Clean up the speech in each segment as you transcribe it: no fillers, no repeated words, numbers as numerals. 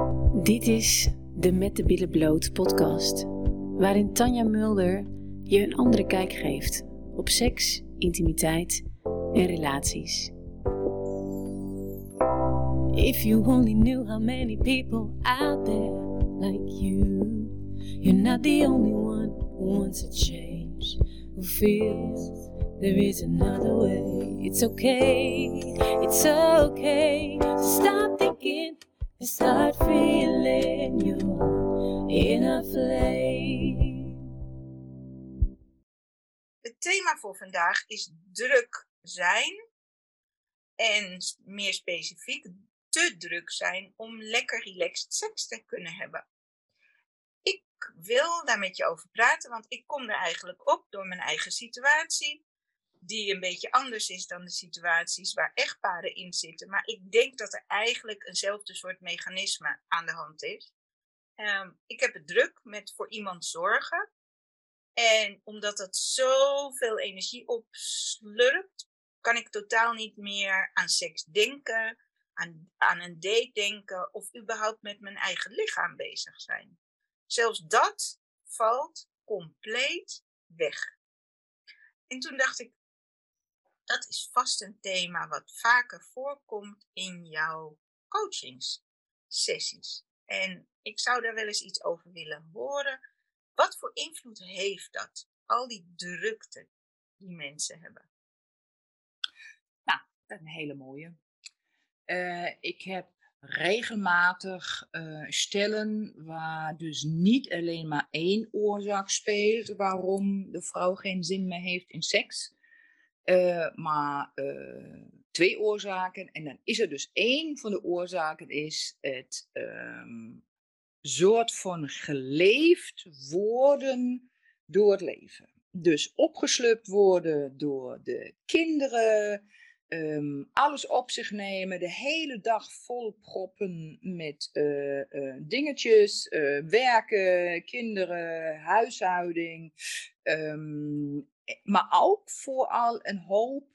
Dit is de Met de Billen Bloot podcast, waarin Tanja Mulder je een andere kijk geeft op seks, intimiteit en relaties. If you only knew how many people out there like you, you're not the only one who wants to change, who feels there is another way. It's okay to stop thinking and start feeling your inner flame. Het thema voor vandaag is druk zijn en meer specifiek te druk zijn om lekker relaxed seks te kunnen hebben. Ik wil daar met je over praten, want ik kom er eigenlijk op door mijn eigen situatie, die een beetje anders is dan de situaties waar echtparen in zitten. Maar ik denk dat er eigenlijk eenzelfde soort mechanisme aan de hand is. Ik heb het druk met voor iemand zorgen. En omdat dat zoveel energie opslurpt, kan ik totaal niet meer aan seks denken, aan een date denken of überhaupt met mijn eigen lichaam bezig zijn. Zelfs dat valt compleet weg. En toen dacht ik, dat is vast een thema wat vaker voorkomt in jouw coachingssessies. En ik zou daar wel eens iets over willen horen. Wat voor invloed heeft dat? Al die drukte die mensen hebben. Nou, dat is een hele mooie. Ik heb regelmatig stellen waar dus niet alleen maar één oorzaak speelt waarom de vrouw geen zin meer heeft in seks. Maar 2 oorzaken. En dan is er dus één van de oorzaken is het soort van geleefd worden door het leven. Dus opgeslupt worden door de kinderen, alles op zich nemen, de hele dag volproppen met dingetjes, werken, kinderen, huishouding, maar ook vooral een hoop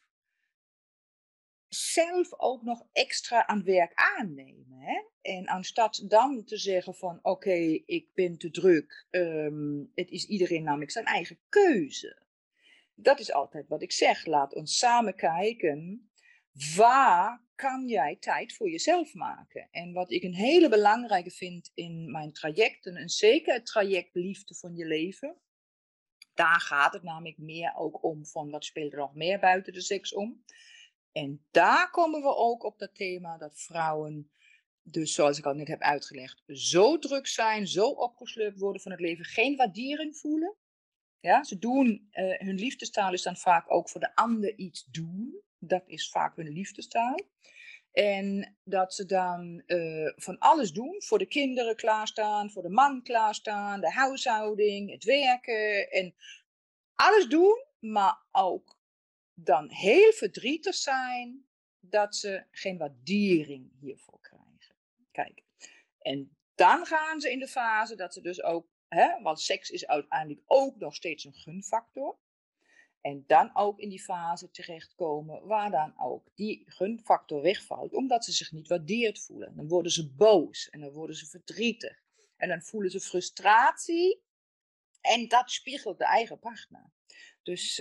zelf ook nog extra aan werk aannemen. Hè? En aanstatt dan te zeggen van oké, ik ben te druk, het is iedereen namelijk zijn eigen keuze. Dat is altijd wat ik zeg, laat ons samen kijken, waar kan jij tijd voor jezelf maken? En wat ik een hele belangrijke vind in mijn trajecten, en zeker het traject Liefde van je leven, daar gaat het namelijk meer ook om van wat speelt er nog meer buiten de seks om. En daar komen we ook op dat thema dat vrouwen, dus zoals ik al net heb uitgelegd, zo druk zijn, zo opgesleurd worden van het leven, geen waardering voelen. Ja, ze doen, hun liefdestaal is dan vaak ook voor de ander iets doen. Dat is vaak hun liefdestaal. En dat ze dan van alles doen, voor de kinderen klaarstaan, voor de man klaarstaan, de huishouding, het werken en alles doen, maar ook dan heel verdrietig zijn dat ze geen waardering hiervoor krijgen. Kijk, en dan gaan ze in de fase dat ze dus ook, want seks is uiteindelijk ook nog steeds een gunfactor. En dan ook in die fase terechtkomen waar dan ook die gunfactor wegvalt, omdat ze zich niet waardeerd voelen. Dan worden ze boos en dan worden ze verdrietig. En dan voelen ze frustratie en dat spiegelt de eigen partner. Dus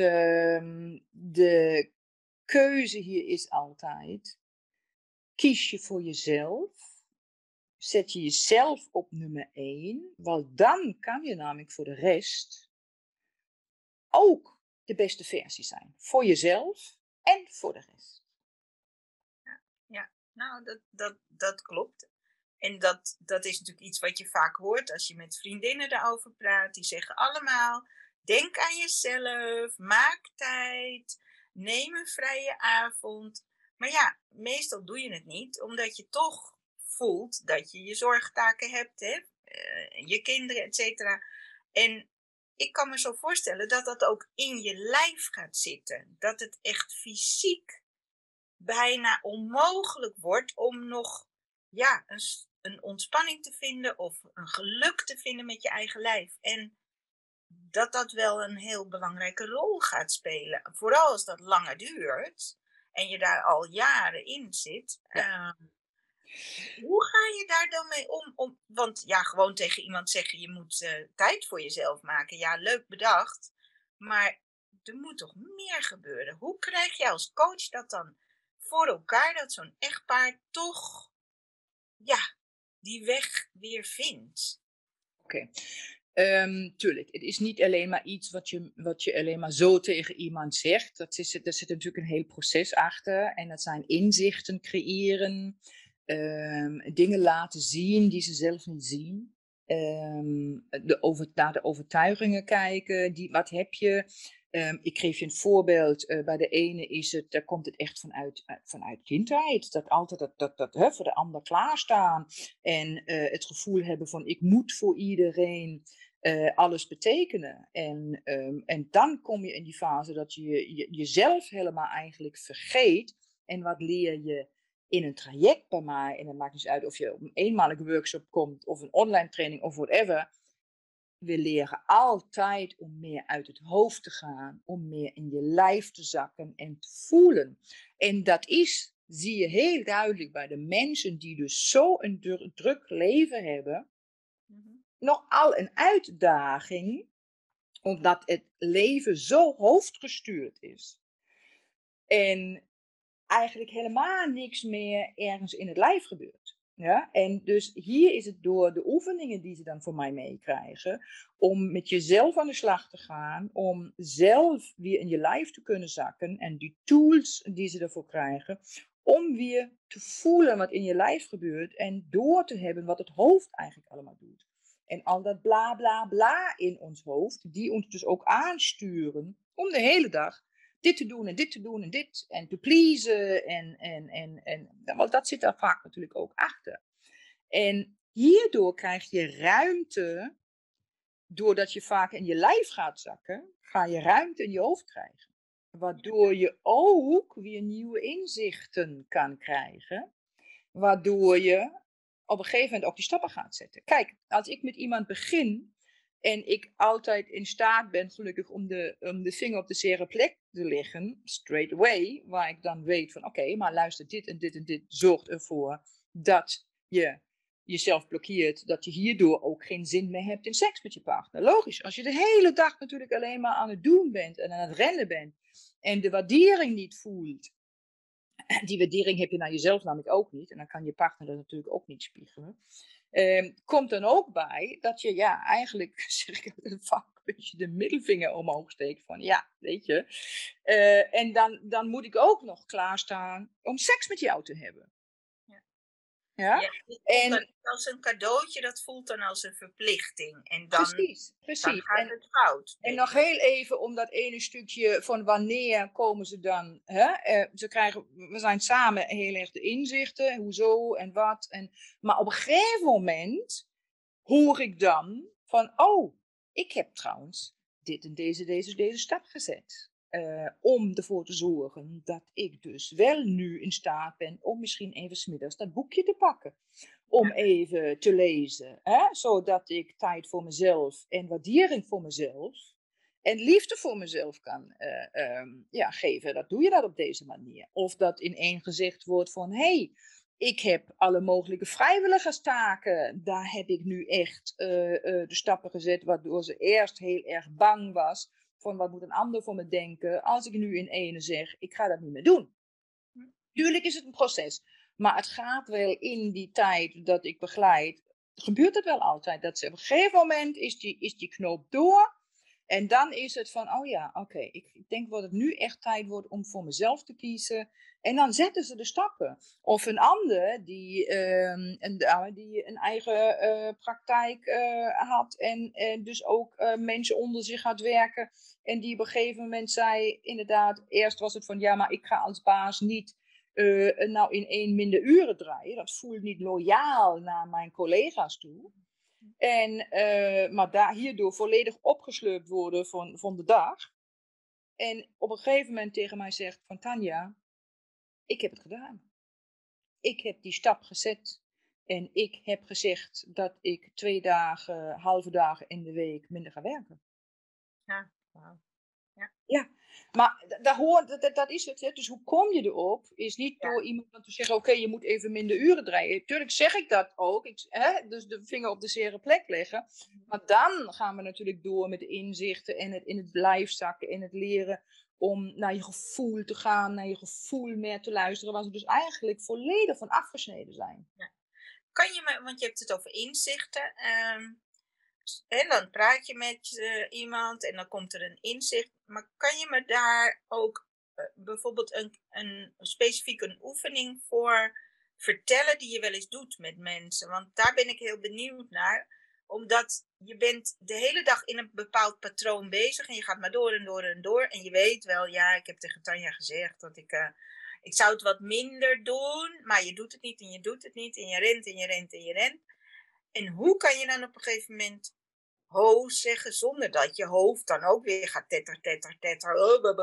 de keuze hier is altijd, kies je voor jezelf, zet je jezelf op nummer 1, want dan kan je namelijk voor de rest ook de beste versie zijn. Voor jezelf en voor de rest. Ja, nou dat klopt. En dat is natuurlijk iets wat je vaak hoort als je met vriendinnen daarover praat. Die zeggen allemaal, denk aan jezelf, maak tijd, neem een vrije avond. Maar ja, meestal doe je het niet, omdat je toch voelt dat je je zorgtaken hebt, hè? Je kinderen, et cetera. En ik kan me zo voorstellen dat dat ook in je lijf gaat zitten. Dat het echt fysiek bijna onmogelijk wordt om nog een ontspanning te vinden of een geluk te vinden met je eigen lijf. En dat wel een heel belangrijke rol gaat spelen. Vooral als dat langer duurt en je daar al jaren in zit. Ja. Hoe ga je daar dan mee om? Want ja, gewoon tegen iemand zeggen, je moet tijd voor jezelf maken. Ja, leuk bedacht. Maar er moet toch meer gebeuren? Hoe krijg je als coach dat dan voor elkaar, dat zo'n echtpaar toch, ja, die weg weer vindt? Oké. Tuurlijk, het is niet alleen maar iets wat je alleen maar zo tegen iemand zegt. Er zit natuurlijk een heel proces achter. En dat zijn inzichten creëren, dingen laten zien die ze zelf niet zien. Naar de overtuigingen kijken. Wat heb je? Ik geef je een voorbeeld. Bij de ene daar komt het echt vanuit kindheid. Dat altijd dat voor de ander klaarstaan. En het gevoel hebben van ik moet voor iedereen alles betekenen. En dan kom je in die fase dat je jezelf helemaal eigenlijk vergeet. En wat leer je in een traject bij mij? En dat maakt dus uit of je op een eenmalige workshop komt of een online training of whatever. We leren altijd om meer uit het hoofd te gaan, om meer in je lijf te zakken en te voelen. En dat zie je heel duidelijk bij de mensen die dus zo'n druk leven hebben, nogal een uitdaging, omdat het leven zo hoofdgestuurd is. En eigenlijk helemaal niks meer ergens in het lijf gebeurt. Ja? En dus hier is het door de oefeningen die ze dan voor mij meekrijgen, om met jezelf aan de slag te gaan, om zelf weer in je lijf te kunnen zakken en die tools die ze ervoor krijgen, om weer te voelen wat in je lijf gebeurt en door te hebben wat het hoofd eigenlijk allemaal doet. En al dat bla bla bla in ons hoofd, die ons dus ook aansturen om de hele dag dit te doen en dit te doen en dit. En te pleasen. Want dat zit daar vaak natuurlijk ook achter. En hierdoor krijg je ruimte, doordat je vaak in je lijf gaat zakken, ga je ruimte in je hoofd krijgen. Waardoor je ook weer nieuwe inzichten kan krijgen. Waardoor je op een gegeven moment ook die stappen gaat zetten. Kijk, als ik met iemand begin en ik altijd in staat ben, gelukkig, om de vinger op de zere plek te leggen, straight away, waar ik dan weet van oké, maar luister, dit en dit en dit zorgt ervoor dat je jezelf blokkeert, dat je hierdoor ook geen zin meer hebt in seks met je partner. Logisch, als je de hele dag natuurlijk alleen maar aan het doen bent en aan het rennen bent en de waardering niet voelt. Die waardering heb je naar jezelf namelijk ook niet. En dan kan je partner dat natuurlijk ook niet spiegelen. Komt dan ook bij dat je eigenlijk, zeg ik vaak, een beetje de middelvinger omhoog steekt. Van ja, weet je. En dan moet ik ook nog klaarstaan om seks met jou te hebben. Ja? Dat voelt dan niet als een cadeautje, dat voelt dan als een verplichting. En dan, precies. dan gaat het fout. En nog heel even om dat ene stukje van wanneer komen ze dan. We zijn samen heel erg de inzichten, hoezo en wat. Maar op een gegeven moment hoor ik dan van, oh, ik heb trouwens dit en deze stap gezet. Om ervoor te zorgen dat ik dus wel nu in staat ben om misschien even 's middags dat boekje te pakken. Om even te lezen, zodat ik tijd voor mezelf en waardering voor mezelf en liefde voor mezelf kan geven. Dat doe je dat op deze manier. Of dat ineengezegd wordt van, hey, ik heb alle mogelijke vrijwilligerstaken. Daar heb ik nu echt de stappen gezet, waardoor ze eerst heel erg bang was van wat moet een ander voor me denken als ik nu in ene zeg, ik ga dat niet meer doen. Tuurlijk is het een proces, maar het gaat wel in die tijd dat ik begeleid, gebeurt het wel altijd. Dat ze op een gegeven moment is die knoop door en dan is het van, oh ja, oké, ik denk dat het nu echt tijd wordt om voor mezelf te kiezen. En dan zetten ze de stappen. Of een ander die een eigen praktijk had en dus ook mensen onder zich had werken. En die op een gegeven moment zei, inderdaad, eerst was het van, ja, maar ik ga als baas niet nou in 1 minder uren draaien. Dat voelt niet loyaal naar mijn collega's toe. Maar hierdoor volledig opgesleurd worden van de dag. En op een gegeven moment tegen mij zegt van, Tanja, ik heb het gedaan. Ik heb die stap gezet. En ik heb gezegd dat ik 2 dagen, halve dagen in de week minder ga werken. Ja, wow. Ja, Maar dat is het. Hè? Dus hoe kom je erop? Is niet door iemand dan te zeggen, oké, je moet even minder uren draaien. Tuurlijk zeg ik dat ook. Dus de vinger op de zere plek leggen. Maar dan gaan we natuurlijk door met de inzichten en het in het blijf zakken en het leren om naar je gevoel te gaan, naar je gevoel meer te luisteren, waar ze dus eigenlijk volledig van afgesneden zijn. Ja. Kan je me, want je hebt het over inzichten, en dan praat je met iemand en dan komt er een inzicht, maar kan je me daar ook bijvoorbeeld een specifiek een oefening voor vertellen die je wel eens doet met mensen? Want daar ben ik heel benieuwd naar, omdat je bent de hele dag in een bepaald patroon bezig en je gaat maar door en door en door en je weet wel, ja, ik heb tegen Tanja gezegd dat ik zou het wat minder doen, maar je doet het niet en je doet het niet en je rent en je rent en je rent. En hoe kan je dan op een gegeven moment ho zeggen zonder dat je hoofd dan ook weer gaat tetter, tetter, tetter.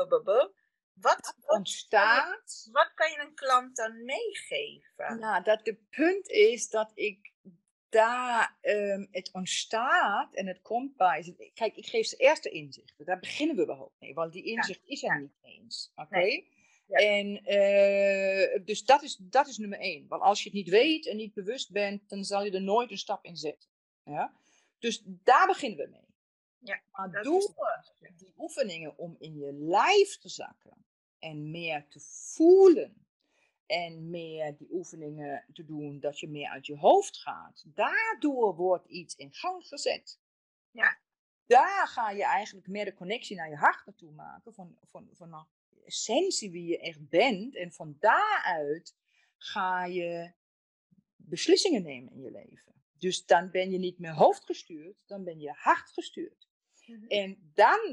Wat ontstaat. Wat kan je een klant dan meegeven? Nou, dat de punt is dat ik daar het ontstaat en het komt bij. Kijk, ik geef ze eerst de inzichten. Daar beginnen we überhaupt mee, want die inzicht is er niet eens. Oké? Nee. Ja. En dus dat is nummer 1. Want als je het niet weet en niet bewust bent, dan zal je er nooit een stap in zetten. Ja? Dus daar beginnen we mee. Ja, maar door die oefeningen om in je lijf te zakken en meer te voelen en meer die oefeningen te doen dat je meer uit je hoofd gaat, daardoor wordt iets in gang gezet. Ja. Daar ga je eigenlijk meer de connectie naar je hart naartoe maken, van de essentie wie je echt bent. En van daaruit ga je beslissingen nemen in je leven. Dus dan ben je niet meer hoofdgestuurd, dan ben je hartgestuurd. Mm-hmm. En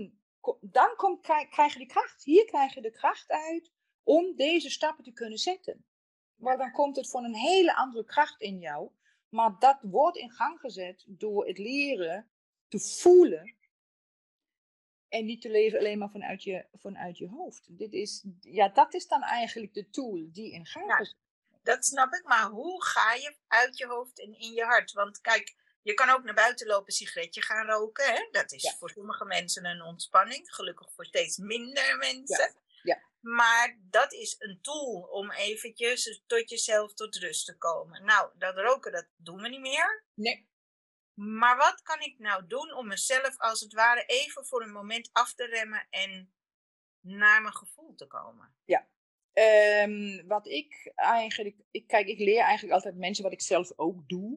dan krijg je die kracht. Hier krijg je de kracht uit om deze stappen te kunnen zetten. Maar dan komt het van een hele andere kracht in jou. Maar dat wordt in gang gezet door het leren te voelen. En niet te leven alleen maar vanuit je hoofd. Dat is dan eigenlijk de tool die in gang gezet wordt. Dat snap ik, maar hoe ga je uit je hoofd en in je hart? Want kijk, je kan ook naar buiten lopen, een sigaretje gaan roken. Hè? Dat is voor sommige mensen een ontspanning. Gelukkig voor steeds minder mensen. Ja. Maar dat is een tool om eventjes tot jezelf tot rust te komen. Nou, dat roken, dat doen we niet meer. Nee. Maar wat kan ik nou doen om mezelf als het ware even voor een moment af te remmen en naar mijn gevoel te komen? Ja. Wat ik eigenlijk... Ik leer eigenlijk altijd mensen wat ik zelf ook doe.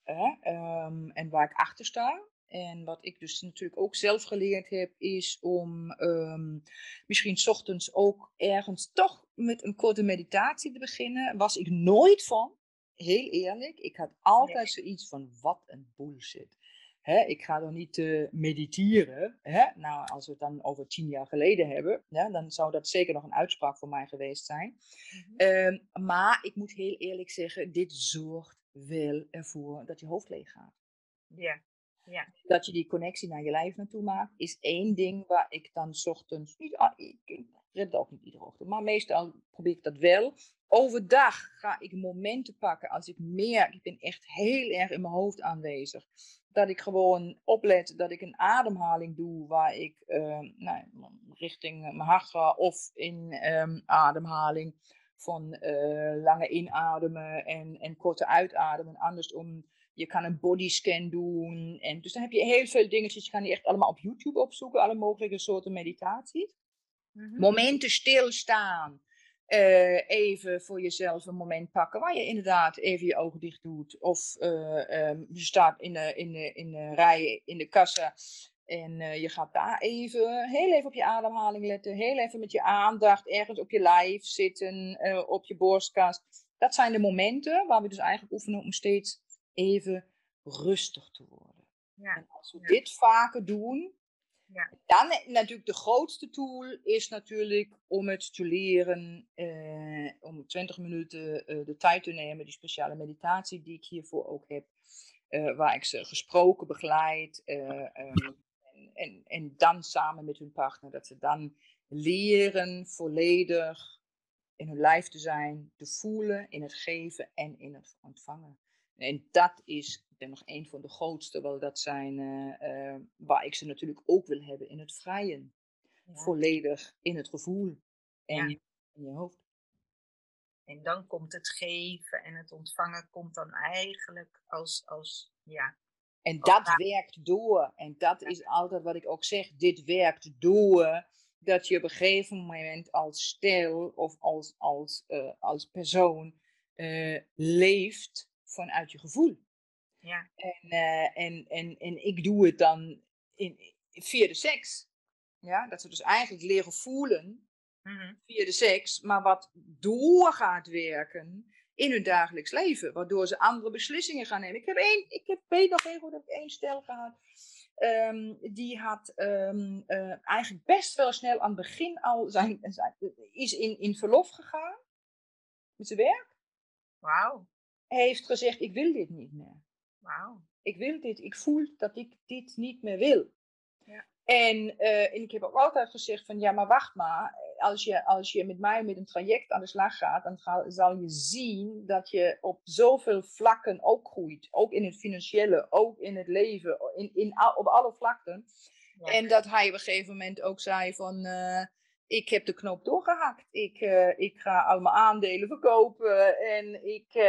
En waar ik achter sta. En wat ik dus natuurlijk ook zelf geleerd heb, is om misschien 's ochtends ook ergens toch met een korte meditatie te beginnen. Was ik nooit van, heel eerlijk. Ik had altijd zoiets van, wat een bullshit. Ik ga toch niet mediteren. Nou, als we het dan over 10 jaar geleden hebben, dan zou dat zeker nog een uitspraak voor mij geweest zijn. Mm-hmm. Maar ik moet heel eerlijk zeggen, dit zorgt wel ervoor dat je hoofd leeg gaat. Ja. Ja. Dat je die connectie naar je lijf naartoe maakt, is één ding waar ik dan 's ochtends niet... Ik red het ook niet iedere ochtend, maar meestal probeer ik dat wel. Overdag ga ik momenten pakken als ik merk, ik ben echt heel erg in mijn hoofd aanwezig. Dat ik gewoon oplet dat ik een ademhaling doe waar ik richting mijn hart ga of in ademhaling van lange inademen en korte uitademen. Andersom, je kan een bodyscan doen. En dus dan heb je heel veel dingetjes. Je kan die echt allemaal op YouTube opzoeken. Alle mogelijke soorten meditaties. Mm-hmm. Momenten stilstaan. Even voor jezelf een moment pakken waar je inderdaad even je ogen dicht doet. Of je staat in de rij in de kassa. En je gaat daar heel even op je ademhaling letten. Heel even met je aandacht ergens op je lijf zitten. Op je borstkas. Dat zijn de momenten waar we dus eigenlijk oefenen om steeds even rustig te worden. Ja. En als we dit vaker doen, dan natuurlijk de grootste tool is natuurlijk om het te leren, om 20 minuten de tijd te nemen, die speciale meditatie die ik hiervoor ook heb, waar ik ze gesproken begeleid en dan samen met hun partner, dat ze dan leren volledig in hun lijf te zijn, te voelen, in het geven en in het ontvangen. En dat is nog een van de grootste, wel dat zijn waar ik ze natuurlijk ook wil hebben in het vrijen. volledig in het gevoel en Ja. in je hoofd. En dan komt het geven en het ontvangen komt dan eigenlijk als En dat werkt door. En dat is altijd wat ik ook zeg. Dit werkt door. Dat je op een gegeven moment als stel of als persoon leeft vanuit je gevoel. Ja. En ik doe het dan via de seks. Ja, dat ze dus eigenlijk leren voelen via de seks, maar wat door gaat werken in hun dagelijks leven, waardoor ze andere beslissingen gaan nemen. Ik weet nog heel goed dat ik één stel gehad, die had eigenlijk best wel snel aan het begin al is in verlof gegaan met zijn werk. Wauw. Hij heeft gezegd, ik wil dit niet meer. Wauw. Ik voel dat ik dit niet meer wil. Ja. En ik heb ook altijd gezegd van, ja, maar wacht maar. Als je met mij met een traject aan de slag gaat, dan zal je zien dat je op zoveel vlakken ook groeit. Ook in het financiële, ook in het leven, op alle vlakken. Ja. En dat hij op een gegeven moment ook zei van, ik heb de knoop doorgehakt. Ik ga allemaal aandelen verkopen en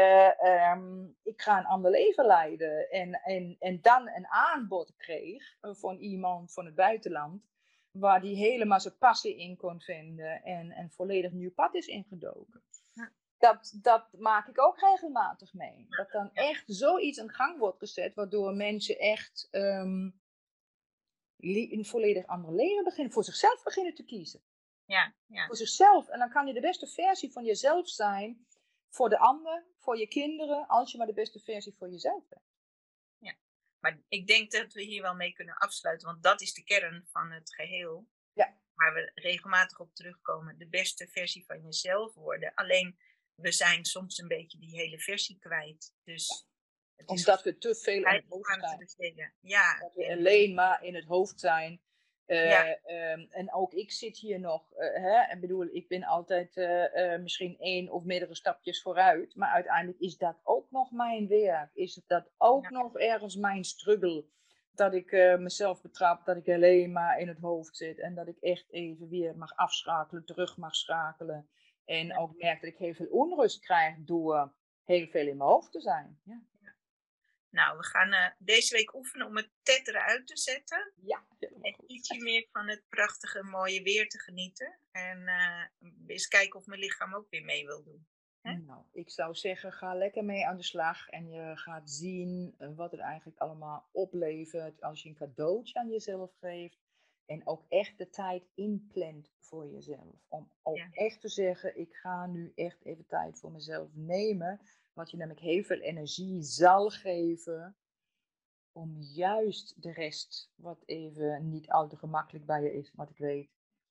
ik ga een ander leven leiden. En dan een aanbod kreeg van iemand van het buitenland, waar die helemaal zijn passie in kon vinden en volledig nieuw pad is ingedoken. Ja. Dat maak ik ook regelmatig mee. Dat dan echt zoiets in gang wordt gezet, waardoor mensen echt een volledig ander leven beginnen, voor zichzelf beginnen te kiezen. Ja. Voor zichzelf. En dan kan je de beste versie van jezelf zijn voor de ander, voor je kinderen, als je maar de beste versie voor jezelf bent. Ja, maar ik denk dat we hier wel mee kunnen afsluiten, want dat is de kern van het geheel. Ja. Waar we regelmatig op terugkomen. De beste versie van jezelf worden. Alleen, we zijn soms een beetje die hele versie kwijt. Dus omdat we te veel in het hoofd zijn. Ja. Dat we alleen maar in het hoofd zijn. En ook ik zit hier nog, ik ben altijd misschien 1 of meerdere stapjes vooruit, maar uiteindelijk is dat ook nog mijn werk, is dat ook nog ergens mijn struggle, dat ik mezelf betrap, dat ik alleen maar in het hoofd zit en dat ik echt even weer mag afschakelen, terug mag schakelen en ook merk dat ik heel veel onrust krijg door heel veel in mijn hoofd te zijn. Ja. Nou, we gaan deze week oefenen om het tetteren uit te zetten. Ja. En ietsje meer van het prachtige, mooie weer te genieten. En eens kijken of mijn lichaam ook weer mee wil doen. Nou, ik zou zeggen, ga lekker mee aan de slag. En je gaat zien wat het eigenlijk allemaal oplevert als je een cadeautje aan jezelf geeft. En ook echt de tijd inplant voor jezelf. Om ook echt te zeggen, ik ga nu echt even tijd voor mezelf nemen. Wat je namelijk heel veel energie zal geven om juist de rest, wat even niet al te gemakkelijk bij je is, wat ik weet,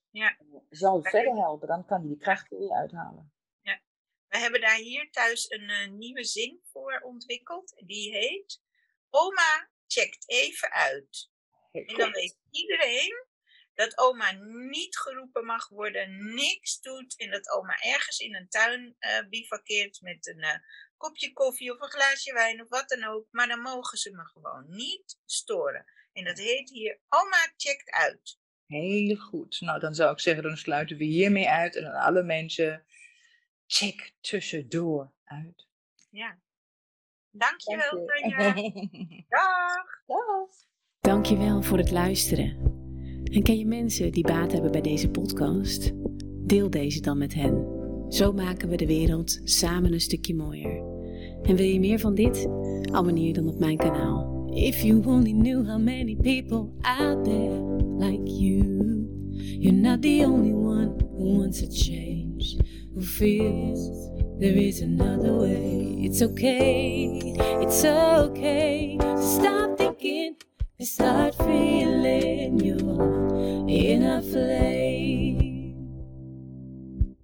zal verder helpen. Dan kan je die krachten weer uithalen. Ja. We hebben daar hier thuis een nieuwe zin voor ontwikkeld. Die heet, oma checkt even uit. En dan weet iedereen dat oma niet geroepen mag worden, niks doet. En dat oma ergens in een tuin bivakkeert met een kopje koffie of een glaasje wijn of wat dan ook. Maar dan mogen ze me gewoon niet storen. En dat heet hier, oma checkt uit. Heel goed. Nou, dan zou ik zeggen, dan sluiten we hiermee uit. En aan alle mensen, check tussendoor uit. Ja. Dankjewel, Tanja. Dag. Dag. Dankjewel voor het luisteren. En ken je mensen die baat hebben bij deze podcast? Deel deze dan met hen. Zo maken we de wereld samen een stukje mooier. En wil je meer van dit? Abonneer dan op mijn kanaal. If you only knew how many people out there like you. You're not the only one who wants a change. Who feels there is another way. It's okay to stop thinking and start feeling you're in a flame.